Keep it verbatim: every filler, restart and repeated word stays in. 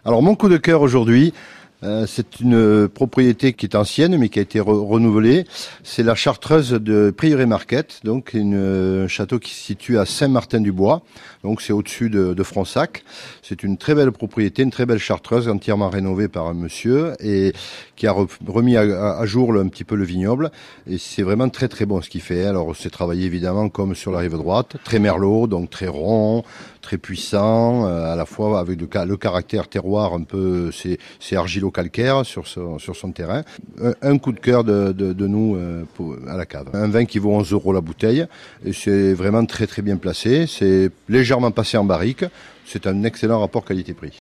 Alors mon coup de cœur aujourd'hui, euh, c'est une propriété qui est ancienne mais qui a été re renouvelée. C'est la Chartreuse de Prieuré-Marquette, donc une, un château qui se situe à Saint-Martin-du-Bois. Donc c'est au-dessus de, de Fronsac. C'est une très belle propriété, une très belle chartreuse entièrement rénovée par un monsieur et qui a re remis à, à jour le, un petit peu le vignoble. Et c'est vraiment très très bon ce qu'il fait. Alors c'est travaillé évidemment comme sur la rive droite, très merlot, donc très rond, très puissant, euh, à la fois avec le, le caractère terroir un peu, c'est argilo-calcaire sur, ce, sur son terrain. Un, un coup de cœur de, de, de nous euh, pour, à la cave. Un vin qui vaut onze euros la bouteille. Et c'est vraiment très très bien placé. C'est légèrement passé en barrique. C'est un excellent rapport qualité-prix.